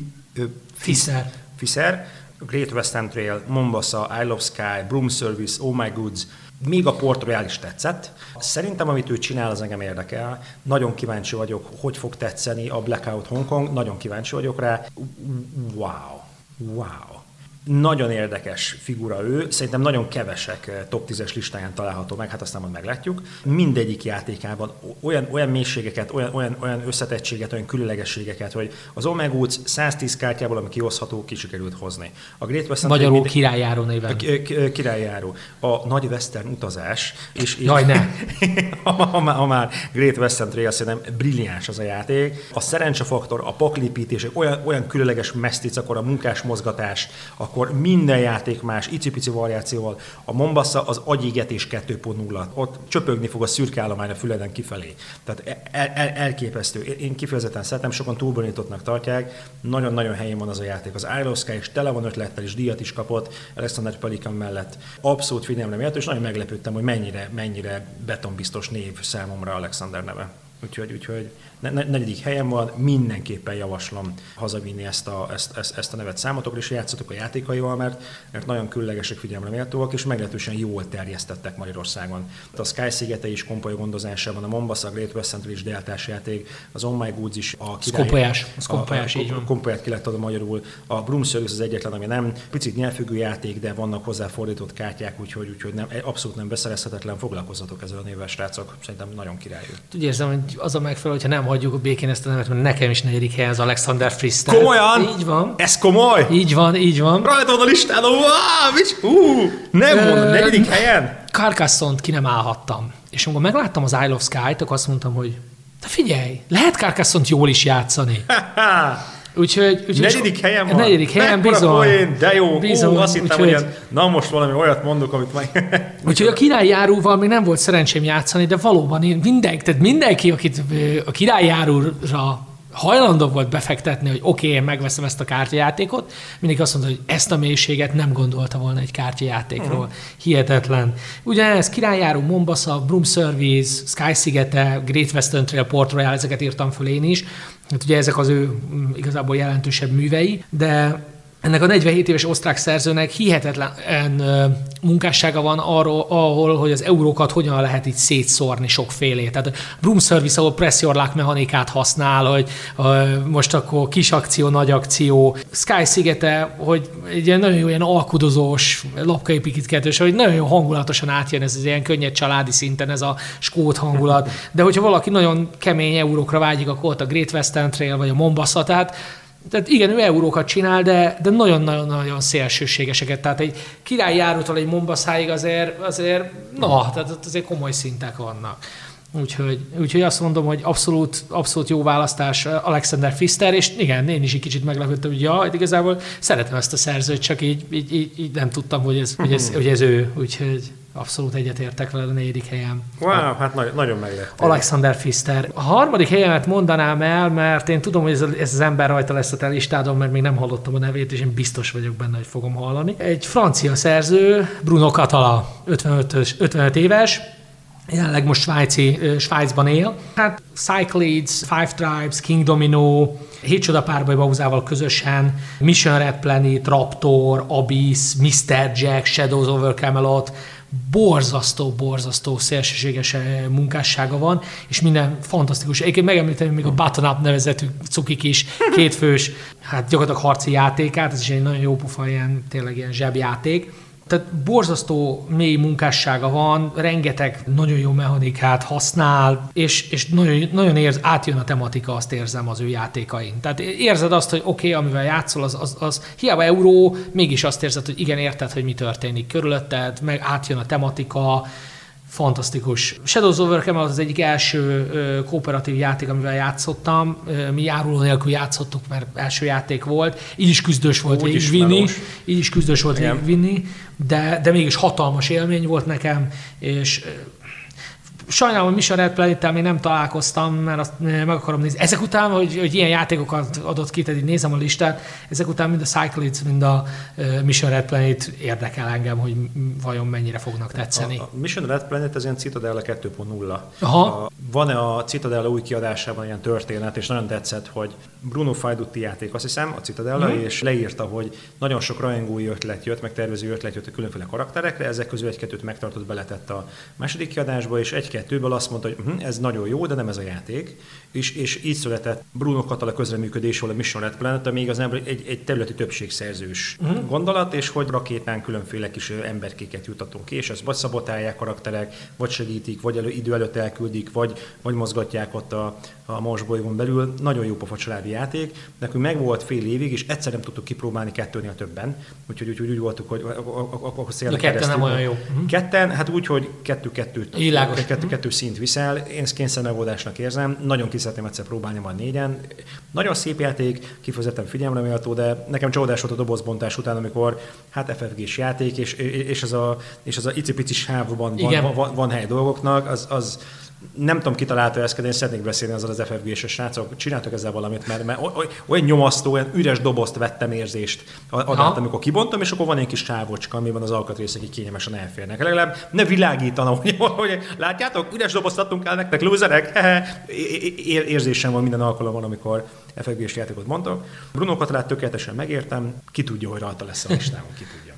Pfister, Great Western Trail, Mombasa, Isle of Skye, Broom Service, Oh My Goods, még a Port Royal is tetszett. Szerintem, amit ő csinál, az engem érdekel. Nagyon kíváncsi vagyok, hogy fog tetszeni a Blackout Hongkong. Nagyon kíváncsi vagyok rá. Wow. Nagyon érdekes figura ő, szerintem nagyon kevesek top 10-es listáján található meg, hát aztán majd meglátjuk. Mindegyik játékában olyan mélységeket, olyan összetettséget, olyan különlegességeket, hogy az Omegúc 110 kártyából, ami kihozható, ki sikerült hozni. A Great Western magyarul királyjáró néven. Királyjáró. A Nagy Western utazás. Jaj, ne! ha már Great Western Trail, szerintem brilliáns az a játék. A szerencsefaktor, a paklipítések, olyan különleges mesztic, akkor a munkás mozgatás, a akkor minden játék más, icipici variációval. A Mombasa az agyégetés 2.0. Ott csöpögni fog a szürke állomány a füleden kifelé. Tehát elképesztő. Én kifejezetten szeretem, sokan túlbonyolítottnak tartják. Nagyon-nagyon helyén van az a játék. Az Isle of Sky is tele van ötlettel, és díjat is kapott Alexander Pelikan mellett. Abszolút figyelemre méltó, és nagyon meglepődtem, hogy mennyire betonbiztos név számomra Alexander neve. Úgyhogy negyedik helyen van, mindenképpen javaslom hazavinni ezt a nevet számotokra, és játszatok a játékaival, mert nagyon különlegesek, figyelemre méltóak, és meglehetősen jól terjesztettek Magyarországon. A Sky szigete is komoly gondozásában, a Mombasa, a Great West Central is deltás játék, az On My Goods is a Szkopolyás, így van. Kompolyát ki lett adva magyarul, a Broom Service az egyetlen, ami nem picit nyelvfüggő játék, de vannak hozzá fordított kártyák, úgyhogy abszolút nem beszerezhetetlen, foglalkozzatok ezzel a névvel, srácok, szerintem nagyon királyú. Úgy érzem, hogy az a megfelelő, hogyha nem hagyjuk békén ezt a nevet, mert nekem is negyedik helyen az Alexander Pfister. Komolyan? Így van. Ez komoly? Így van. Rajta van a listán, nem mondom, negyedik helyen? Carcassonne-t ki nem állhattam. És amikor megláttam az Isle of Sky-t, akkor azt mondtam, hogy de figyelj, lehet Carcassonne-t jól is játszani. Úgyhogy negyedik helyen van? Negyedik helyen, bizony. De jó, bizony, azt hittem, hogy na most valami olyat mondok, amit meg... Úgyhogy a királyjáróval még nem volt szerencsém játszani, de valóban mindenki, akit a királyjáróra hajlandó volt befektetni, hogy oké, én megveszem ezt a kártyajátékot, mindenki azt mondta, hogy ezt a mélységet nem gondolta volna egy kártyajátékról. Hihetetlen. Ugyanez királyjáró, Mombasa, Broom Service, Sky szigete, Great Western Trail, Port Royal, ezeket írtam föl én is. Hát ugye ezek az ő igazából jelentősebb művei, de ennek a 47 éves osztrák szerzőnek hihetetlen munkássága van ahol, hogy az eurókat hogyan lehet így szétszórni sokfélé. Tehát a Broom Service, ahol press your luck mechanikát használ, hogy most akkor kis akció, nagy akció. Sky szigete, hogy egy ilyen nagyon jó ilyen alkudozós, lapkaépítgetős, hogy nagyon jó hangulatosan átjön ez az ilyen könnyed családi szinten ez a skót hangulat. De hogyha valaki nagyon kemény eurókra vágyik, akkor ott a Great Western Trail vagy a Mombasa, tehát igen, ő eurókat csinál, de nagyon-nagyon szélsőségeseket. Tehát egy királyjárótól egy Mombaszáig azért tehát azért komoly szintek vannak. Úgyhogy azt mondom, hogy abszolút jó választás Alexander Pfister, és igen, én is egy kicsit meglepődtem, hogy igazából szeretem ezt a szerzőt, csak így nem tudtam, hogy ez ő. Úgyhogy abszolút egyetértek vele a negyedik helyen. Wow, hát nagyon meglepő. Alexander Pfister. A harmadik helyemet mondanám el, mert én tudom, hogy ez az ember rajta lesz a te listádon, mert még nem hallottam a nevét, és én biztos vagyok benne, hogy fogom hallani. Egy francia szerző, Bruno Cathala, 55 éves, jelenleg most Svájcban él. Hát Cyclades, Five Tribes, King Domino, 7 csoda párbaj Bauzával közösen, Mission Red Planet, Raptor, Abyss, Mr. Jack, Shadows over Camelot, borzasztó szélsőséges munkássága van, és minden fantasztikus. Egyébként megemlítem még a Button Up nevezetű cukik is, kétfős, hát gyakorlatilag harci játékát, ez is egy nagyon jó pofa, tényleg ilyen zsebjáték. Tehát borzasztó mély munkássága van, rengeteg nagyon jó mechanikát használ, és nagyon átjön a tematika, azt érzem az ő játékain. Tehát érzed azt, hogy oké, amivel játszol, az hiába euró, mégis azt érzed, hogy igen, érted, hogy mi történik körülötted, meg átjön a tematika, fantasztikus. Shadows over Camelot az egyik első kooperatív játék, amivel játszottam. Mi járuló nélkül játszottuk, mert első játék volt. Így is küzdős volt végigvinni, de mégis hatalmas élmény volt nekem, és sajnálom, hogy Mission Red Planet-tel még nem találkoztam, mert azt meg akarom nézni. Ezek után, hogy ilyen játékokat adott ki, tehát így nézem a listát, ezek után mind a Cyclades, mind a Mission Red Planet érdekel engem, hogy vajon mennyire fognak tetszeni. A Mission Red Planet az ilyen Citadella 2.0. Van-e a Citadella új kiadásában ilyen történet, és nagyon tetszett, hogy Bruno Faidutti játék, azt hiszem, a Citadella, és leírta, hogy nagyon sok rajongói ötlet jött, meg tervező ötlet jött a különféle karakterekre, ezek közül egy-kettőt megtartott, beletett a második kiadásba, és egy-kettőből azt mondta, hogy ez nagyon jó, de nem ez a játék. És így született Bruno Cathala közreműködésről a Mission Red Planet, ami igazából egy területi többségszerzős gondolat, és hogy rakétán különféle kis emberkéket jutatunk ki, és ezt vagy szabotálják karakterek, vagy segítik, vagy idő előtt elküldik, vagy mozgatják ott a Mars bolygón belül. Nagyon jó pofa családi játék. Nekünk meg volt fél évig, és egyszer nem tudtuk kipróbálni kettőnél többen. Úgyhogy úgy voltunk, hogy akkor szélnek ketten nem olyan jó. Ketten, hát úgy, hogy kettő kettő szint viszel, én ezt kényszer megoldásnak érzem, nagyon ki szeretném egyszer próbálni majd 4-en. Nagyon szép játék, kifejezetten figyelemre méltó, de nekem csodás volt a dobozbontás után, amikor hát FFG-s játék, és ez a icipici sávban van hely dolgoknak, az nem tudom, ki találta ezt, de én szeretnék beszélni azzal az FFG-s srácok, csináltak ezzel valamit, mert olyan nyomasztó, olyan üres dobozt vettem érzést adott, amikor kibontom, és akkor van egy kis sávocska, amiben az alkatrészek így kényelmesen elférnek. Legalább ne világítana, hogy látjátok, üres dobozt adtunk el nektek, lúzerek, érzésem van minden alkalommal, amikor FFG-s játékot mondtok. Bruno Katalát tökéletesen megértem, ki tudja, hogy rajta lesz a listámon, ki tudja.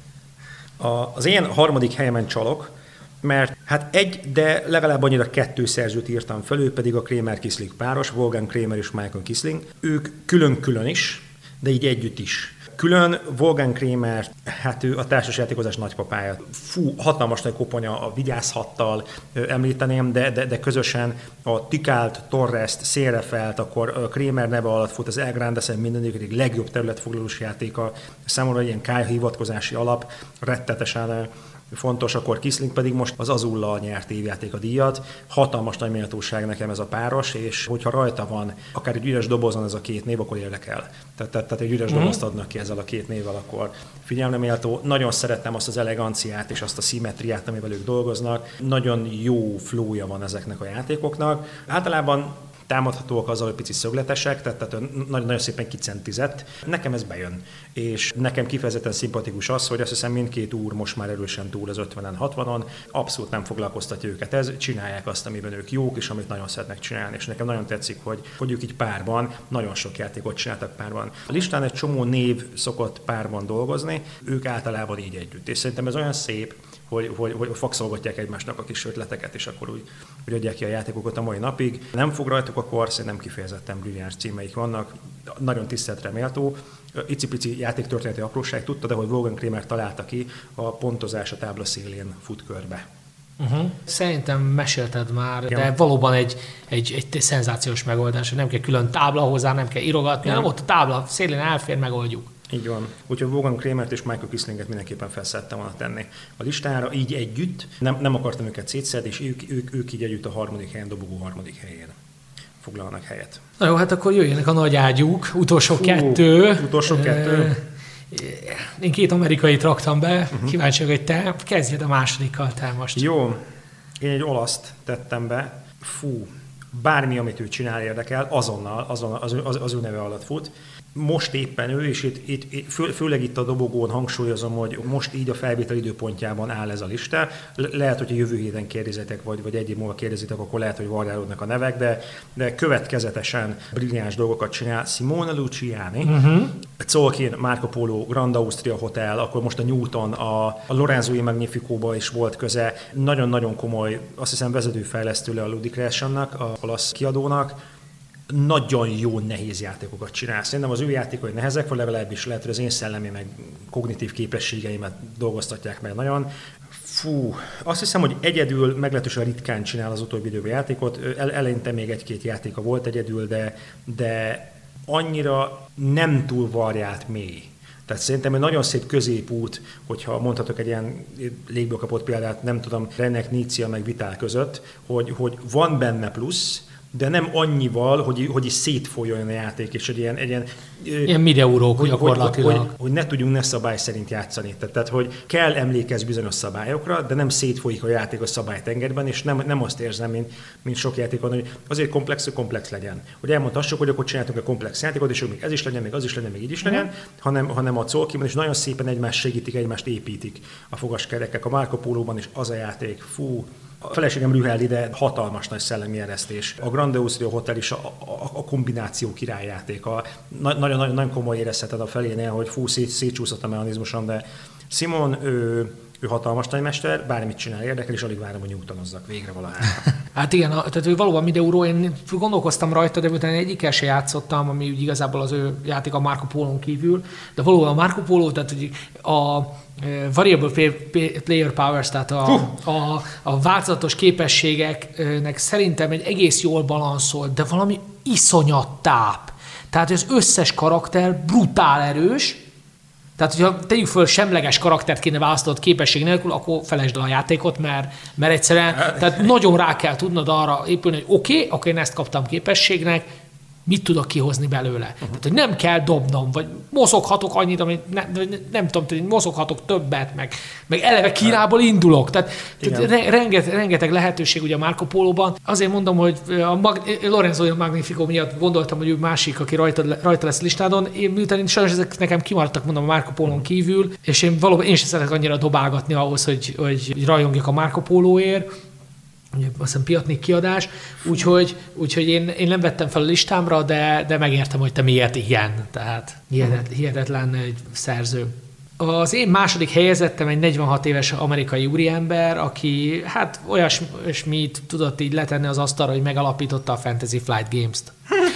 Az én harmadik helyemen csalok, mert hát de legalább annyira 2 szerzőt írtam fel, ő pedig a Kramer-Kissling páros, Wolfgang Kramer és Michael Kissling. Ők külön-külön is, de így együtt is. Külön Wolfgang Kramer, hát ő a társasjátékozás nagypapája. Hatalmas nagy koponya, a Vigyázhattal említeném, de közösen a Tikált, Torrest, Szélrefelt, akkor Kramer neve alatt fut az El Grande mindenik legjobb területfoglalós játéka. Számomra ilyen hivatkozási alap, rettetesen fontos, akkor Kissling pedig most az Azullal nyert évjáték a díjat. Hatalmas nagy méltóság nekem ez a páros, és hogyha rajta van akár egy üres dobozon ez a 2 név, akkor érdekel. Tehát egy üres dobozt adnak ki ezzel a 2 névvel, akkor figyelemre méltó. Nagyon szerettem azt az eleganciát és azt a szimmetriát, amivel ők dolgoznak. Nagyon jó flowja van ezeknek a játékoknak. Általában támadhatóak azzal, hogy pici szögletesek, tehát nagyon szépen kicentizett. Nekem ez bejön. És nekem kifejezetten szimpatikus az, hogy azt hiszem mindkét úr most már erősen túl az 50-en, 60-on, abszolút nem foglalkoztatja őket ez, csinálják azt, amiben ők jók, és amit nagyon szeretnek csinálni. És nekem nagyon tetszik, hogy ők így párban, nagyon sok játékot csináltak párban. A listán egy csomó név szokott párban dolgozni, ők általában így együtt. És szerintem ez olyan szép, hogy fakszolgatják egymásnak a kis ötleteket, és akkor úgy adják ki a játékokat a mai napig. Nem fog rajtuk akkor, szerintem kifejezetten brilliáns címeik vannak, nagyon tiszteletre méltó. Icipici játéktörténeti apróság, tudta, de hogy Wolfgang Kramer találta ki, a pontozás a tábla szélén fut körbe. Szerintem mesélted már, de valóban egy szenzációs megoldás, hogy nem kell külön tábla hozzá, nem kell írogatni, hanem ott a tábla szélén elfér, megoldjuk. Így van. Úgyhogy Wolfgang Kramert és Michael Kisslinget mindenképpen felszerettem volna tenni a listára, így együtt. Nem akartam őket szétszedni, és ők így együtt a harmadik helyen, dobogó harmadik helyén foglalnak helyet. Na jó, hát akkor jöjjenek a nagy ágyúk, utolsó kettő. Utolsó kettő. Én 2 amerikait raktam be, kíváncsi vagyok, hogy te kezdjed a másodikkal, te most. Jó, én egy olaszt tettem be. Bármi, amit ő csinál, érdekel, azonnal az ő neve alatt fut. Most éppen ő, és főleg itt a dobogón hangsúlyozom, hogy most így a felvétel időpontjában áll ez a lista. Lehet, hogy a jövő héten kérdezitek, vagy egy év múlva kérdezitek, akkor lehet, hogy variálódnak a nevek, de következetesen brilliáns dolgokat csinál. Simone Luciani, Tzolk'in, Marco Polo, Grand Austria Hotel, akkor most a Newton, a Lorenzói Magnifico-ba is volt köze. Nagyon-nagyon komoly, azt hiszem vezetőfejlesztő le a Ludicreation-nak, a olasz kiadónak. Nagyon jó, nehéz játékokat csinál. Szerintem az ő játékai nehezek, vagy legalábbis lehet, hogy az én szellemi, meg kognitív képességeimet dolgoztatják meg nagyon. Azt hiszem, hogy egyedül meglehetősen ritkán csinál az utóbbi időben játékot. Eleinte még 1-2 játéka volt egyedül, de annyira nem túl variált mély. Tehát szerintem egy nagyon szép középút, hogyha mondhatok egy ilyen légből kapott példát, nem tudom, Rennek, Nícia meg Vitál között, hogy van benne plusz, de nem annyival, hogy is szétfolyjon a játék, és egy ilyen milliórók gyakorlatilag. Hogy ne tudjunk szabály szerint játszani. Tehát, hogy kell emlékezni bizonyos szabályokra, de nem szétfolyik a játék a szabálytengerben, és nem azt érzem, mint sok játékon, hogy azért komplex legyen. Hogy elmondhassuk, hogy akkor csináltunk egy komplex játékot, és még ez is legyen, még az is legyen, még így is legyen, hanem a Tzolk'inban is nagyon szépen egymást segítik, egymást építik a fogaskerekek. A Marco Pólóban is az a játék, a feleségem rühel ide, hatalmas nagy szellemi eresztés. A Grand Austria Hotel is a kombináció királyjátéka. Nagyon komoly érezheted a felénél, hogy szétcsúszott a mechanizmuson, de Simon, ő hatalmas nagymester, bármit csinál, érdekel, és alig várom, hogy nyugtanozzak végre valahára. Hát igen, tehát ő valóban Mideuró, én gondolkoztam rajta, de utána egyikkel se játszottam, ami úgy igazából az ő játék a Marco Pólón kívül, de valóban a Marco Polo, tehát a variable player powers, tehát a változatos képességeknek szerintem egy egész jól balanszolt, de valami iszonyat táp. Tehát az összes karakter brutál erős, Tehát, hogyha tegyük föl, semleges karaktert kéne választanod képesség nélkül, akkor felejtsd el a játékot, mert egyszerűen tehát nagyon rá kell tudnod arra épülni, hogy oké, akkor én ezt kaptam képességnek, mit tudok kihozni belőle. Tehát, hogy nem kell dobnom, vagy mozoghatok annyit, amit nem tudom, mozoghatok többet, meg eleve Kínából indulok. Tehát rengeteg lehetőség ugye a Marco Pólóban. Azért mondom, hogy Lorenzo Magnifico miatt gondoltam, hogy ő másik, aki rajta lesz listádon. Miután sajnos ezek nekem kimaradtak, mondom, a Marco Pólón kívül, és én sem szeretek annyira dobálgatni ahhoz, hogy rajongjak a Marco Pólóért. Ugye azt hiszem Piatnik kiadás, úgyhogy én nem vettem fel a listámra, de megértem, hogy te miért ilyen. Tehát hihetetlen egy szerző. Az én második helyezettem egy 46 éves amerikai úriember, aki hát olyasmit tudott így letenni az asztalra, hogy megalapította a Fantasy Flight Games-t.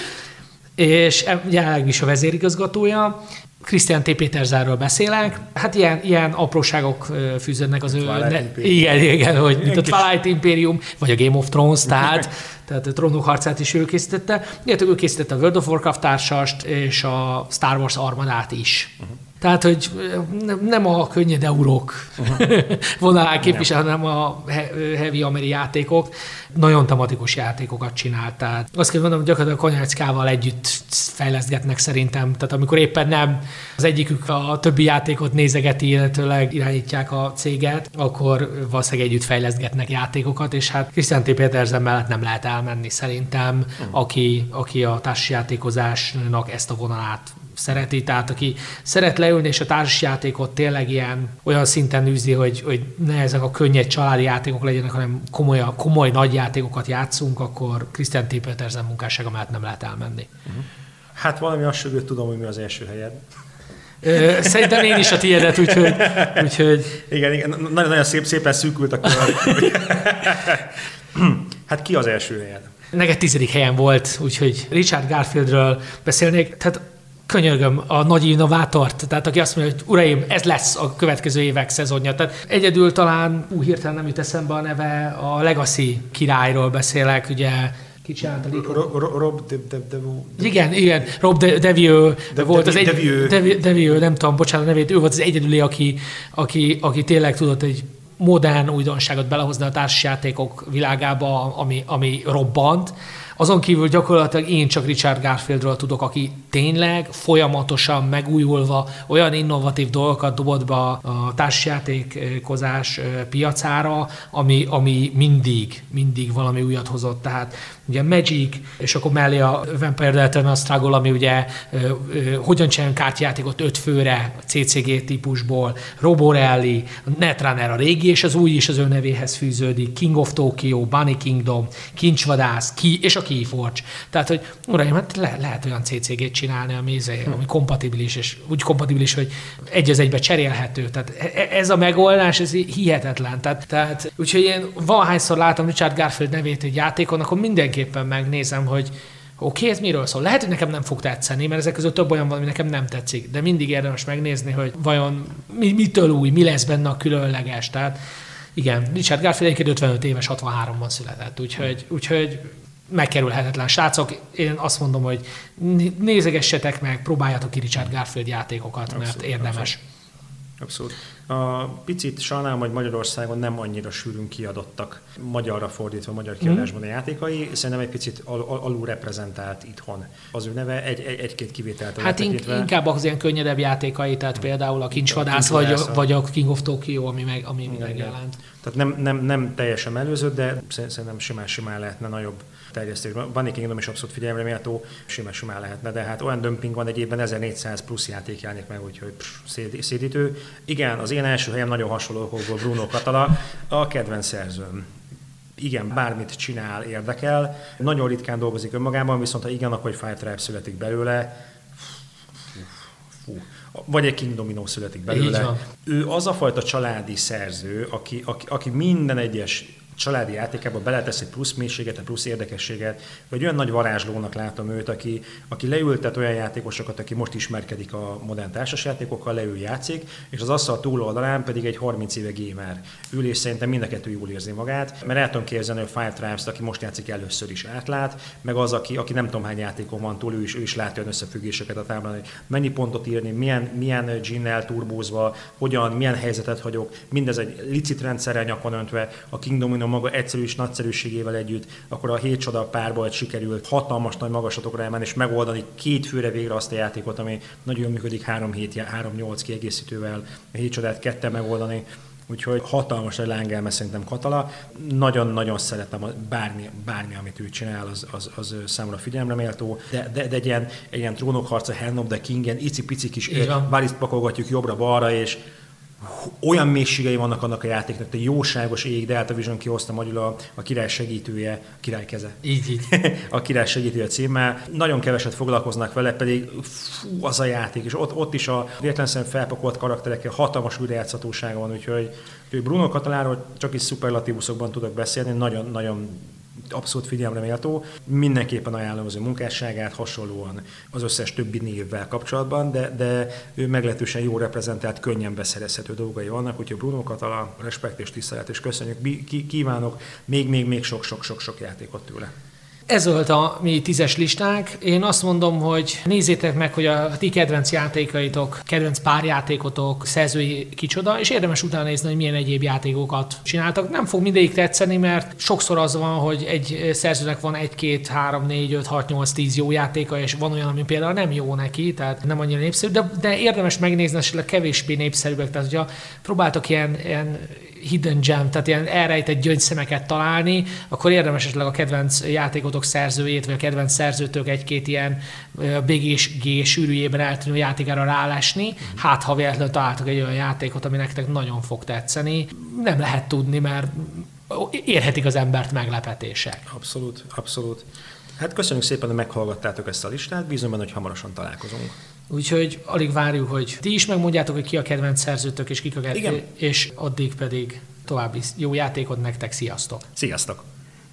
És jelenleg is a vezérigazgatója. Christian T. Peterszenről beszélek. Hát ilyen apróságok fűződnek az ő... Igen, hogy mint a Twilight Imperium, vagy a Game of Thrones, tehát a Trónok harcát is ő készítette. Illetve ő készítette a World of Warcraft társast, és a Star Wars armadát is. Tehát, hogy nem a könnyed eurók vonalán képvisel, hanem a heavy ameri játékok. Nagyon tematikus játékokat csinált. Tehát azt kell mondanom, hogy gyakorlatilag Konyackával együtt fejlesztgetnek szerintem. Tehát amikor éppen nem az egyikük a többi játékot nézegeti, illetőleg irányítják a céget, akkor valószínűleg együtt fejlesztgetnek játékokat, és hát Christian T. Petersen mellett nem lehet elmenni szerintem, aki a társasjátékozásnak ezt a vonalát szereti, tehát aki szeret leülni, és a társasjátékot tényleg olyan szinten űzi, hogy ne ezek a könnyed családi játékok legyenek, hanem komoly nagy játékokat játszunk, akkor Christian T. Petersen munkássága mellett nem lehet elmenni. Hát valami azt tudom, hogy mi az első helyed. Szerintem én is a tiédet, úgyhogy... Igen, nagyon szépen szűkült a kör. Hát ki az első helyed? Neked 10. helyen volt, úgyhogy Richard Garfieldről beszélnék. Tehát könyörgöm a nagy innovátort, tehát aki azt mondja, hogy uraim, ez lesz a következő évek szezonja. Tehát egyedül talán, hirtelen nem jut eszembe a neve, a Legacy királyról beszélek, ugye, ki csinálta? Rob Igen, Rob Devieux volt az Devieux, nem tudom, bocsánat a nevét, ő volt az egyedüli, aki tényleg tudott egy modern újdonságot belehozni a társasjátékok világába, ami robbant. Azon kívül gyakorlatilag én csak Richard Garfieldről tudok, aki tényleg folyamatosan megújulva olyan innovatív dolgokat dobott be a társasjátékozás piacára, ami mindig valami újat hozott. Tehát ugye Magic, és akkor mellé a Vampire the Eternal Struggle, ami ugye hogyan csinálunk kártyajátékot 5 főre, a CCG típusból, Robo Rally, Netrunner a régi és az új is az ő nevéhez fűződik, King of Tokyo, Bunny Kingdom, Kincsvadász, és a Keyforge. Tehát, hogy uraim, hát lehet olyan CCG-t csinálni, ami kompatibilis, és úgy kompatibilis, hogy egy az egybe cserélhető. Tehát ez a megoldás, ez hihetetlen. Tehát úgyhogy én valahányszor látom Richard Garfield nevét egy játékon, akkor mindenképpen megnézem, hogy oké, ez miről szól. Lehet, hogy nekem nem fog tetszeni, mert ezek között több olyan van, ami nekem nem tetszik, de mindig érdemes megnézni, hogy vajon mitől új, mi lesz benne a különleges. Tehát igen, Richard Garfield egyébként 55 éves, 63-ban született, úgyhogy megkerülhetetlen. Srácok, én azt mondom, hogy nézegessetek meg, próbáljatok ki Richard Garfield játékokat, mert érdemes. Abszolút. A picit sajnálom, hogy Magyarországon nem annyira sűrűn kiadottak magyarra fordítva magyar kiadásban a játékai, szerintem egy picit alul reprezentált itthon az ő neve, egy-két kivételt. Hát inkább az ilyen könnyedebb játékai, tehát például a Kincsvadász vagy a King of Tokyo, ami megjelent. Tehát nem teljesen mellőzött, de szerintem simán lehetne nagyobb terjesztésben. Bunny Kingdom is abszolút figyelemre méltó, simán lehetne, de hát olyan dömping van, egy évben 1400 plusz játék jelenik meg, úgyhogy szédítő. Igen, az én első helyem nagyon hasonló okokból Bruno Catala, a kedvenc szerzőm. Igen, bármit csinál, érdekel. Nagyon ritkán dolgozik önmagában, viszont ha igen, akkor egy Five Tribes születik belőle. Vagy egy King Domino születik belőle. Ő az a fajta családi szerző, aki minden egyes családi játékába beletesz egy plusz mélységet, egy plusz érdekességet, vagy olyan nagy varázslónak látom őt, aki leültet olyan játékosokat, aki most ismerkedik a modern társasjátékokkal, leül játszik, és az asztal túloldalán pedig egy 30 éve gamer ül, és szerintem mind a kettő jól érzi magát, mert el tudom képzelni, hogy Five Tribes-t, aki most játszik, először is átlát, meg az, aki nem tudom hány játékon van túl, ő is látja olyan összefüggéseket a táblán, hogy mennyi pontot írni, milyen ginnel turbózva, milyen helyzetet hagyok, mindez egy licit rendszerrel nyakon öntve, a King Domino maga egyszerűs nagyszerűségével együtt, akkor a 7 csoda párból sikerült hatalmas nagy magaslatokra emelni, és megoldani 2 főre végre azt a játékot, ami nagyon működik 3-8 kiegészítővel, a 7 csodát 2 megoldani. Úgyhogy hatalmas egy lángelme szerintem Katala. Nagyon-nagyon szeretem, bármi, amit ő csinál, az számomra figyelemre méltó, de egy ilyen trónokharca, Hand of the King-en icipici kis váriszt pakolgatjuk jobbra-balra, és olyan mélységei vannak annak a játéknak, egy jóságos ég, Delta Vision kihozta magyarul a király segítője, a király keze. Így. A király segítője címmel. Nagyon keveset foglalkoznak vele, pedig az a játék, és ott is a véletlenszerűen felpakolt karakterekkel hatalmas újrajátszhatósága van, úgyhogy Bruno Cataláról csak is szuperlatívuszokban tudok beszélni, nagyon abszolút figyelemre méltó. Mindenképpen ajánlom az ő munkásságát, hasonlóan az összes többi névvel kapcsolatban, de ő meglehetősen jó reprezentált, könnyen beszerezhető dolgai vannak, úgyhogy Bruno Catala, respekt és tisztelet, és köszönjük. Kívánok még sok játékot tőle. Ez volt a mi 10-es listánk. Én azt mondom, hogy nézzétek meg, hogy a ti kedvenc játékaitok, kedvenc párjátékotok, szerzői kicsoda, és érdemes utána nézni, hogy milyen egyéb játékokat csináltak. Nem fog mindegyik tetszeni, mert sokszor az van, hogy egy szerzőnek van 1, 2, 3, 4, 5, 6, 8, 10 jó játéka, és van olyan, ami például nem jó neki, tehát nem annyira népszerű, de érdemes megnézni, esetleg kevésbé népszerűek. Tehát, hogyha próbáltok ilyen hidden gem, tehát ilyen elrejtett gyöngyszemeket találni, akkor érdemes esetleg a kedvenc játékotok szerzőjét, vagy a kedvenc szerzőtök egy-két ilyen BG sűrűjében eltűnő játékára rálesni. Hát, ha véletlenül találtok egy olyan játékot, ami nektek nagyon fog tetszeni, nem lehet tudni, mert érhetik az embert meglepetések. Abszolút. Hát köszönjük szépen, hogy meghallgattátok ezt a listát, bízom benne, hogy hamarosan találkozunk. Úgyhogy alig várjuk, hogy ti is megmondjátok, hogy ki a kedvenc szerzőtök, és kik a kedvenc, és addig pedig további jó játékot nektek, sziasztok! Sziasztok!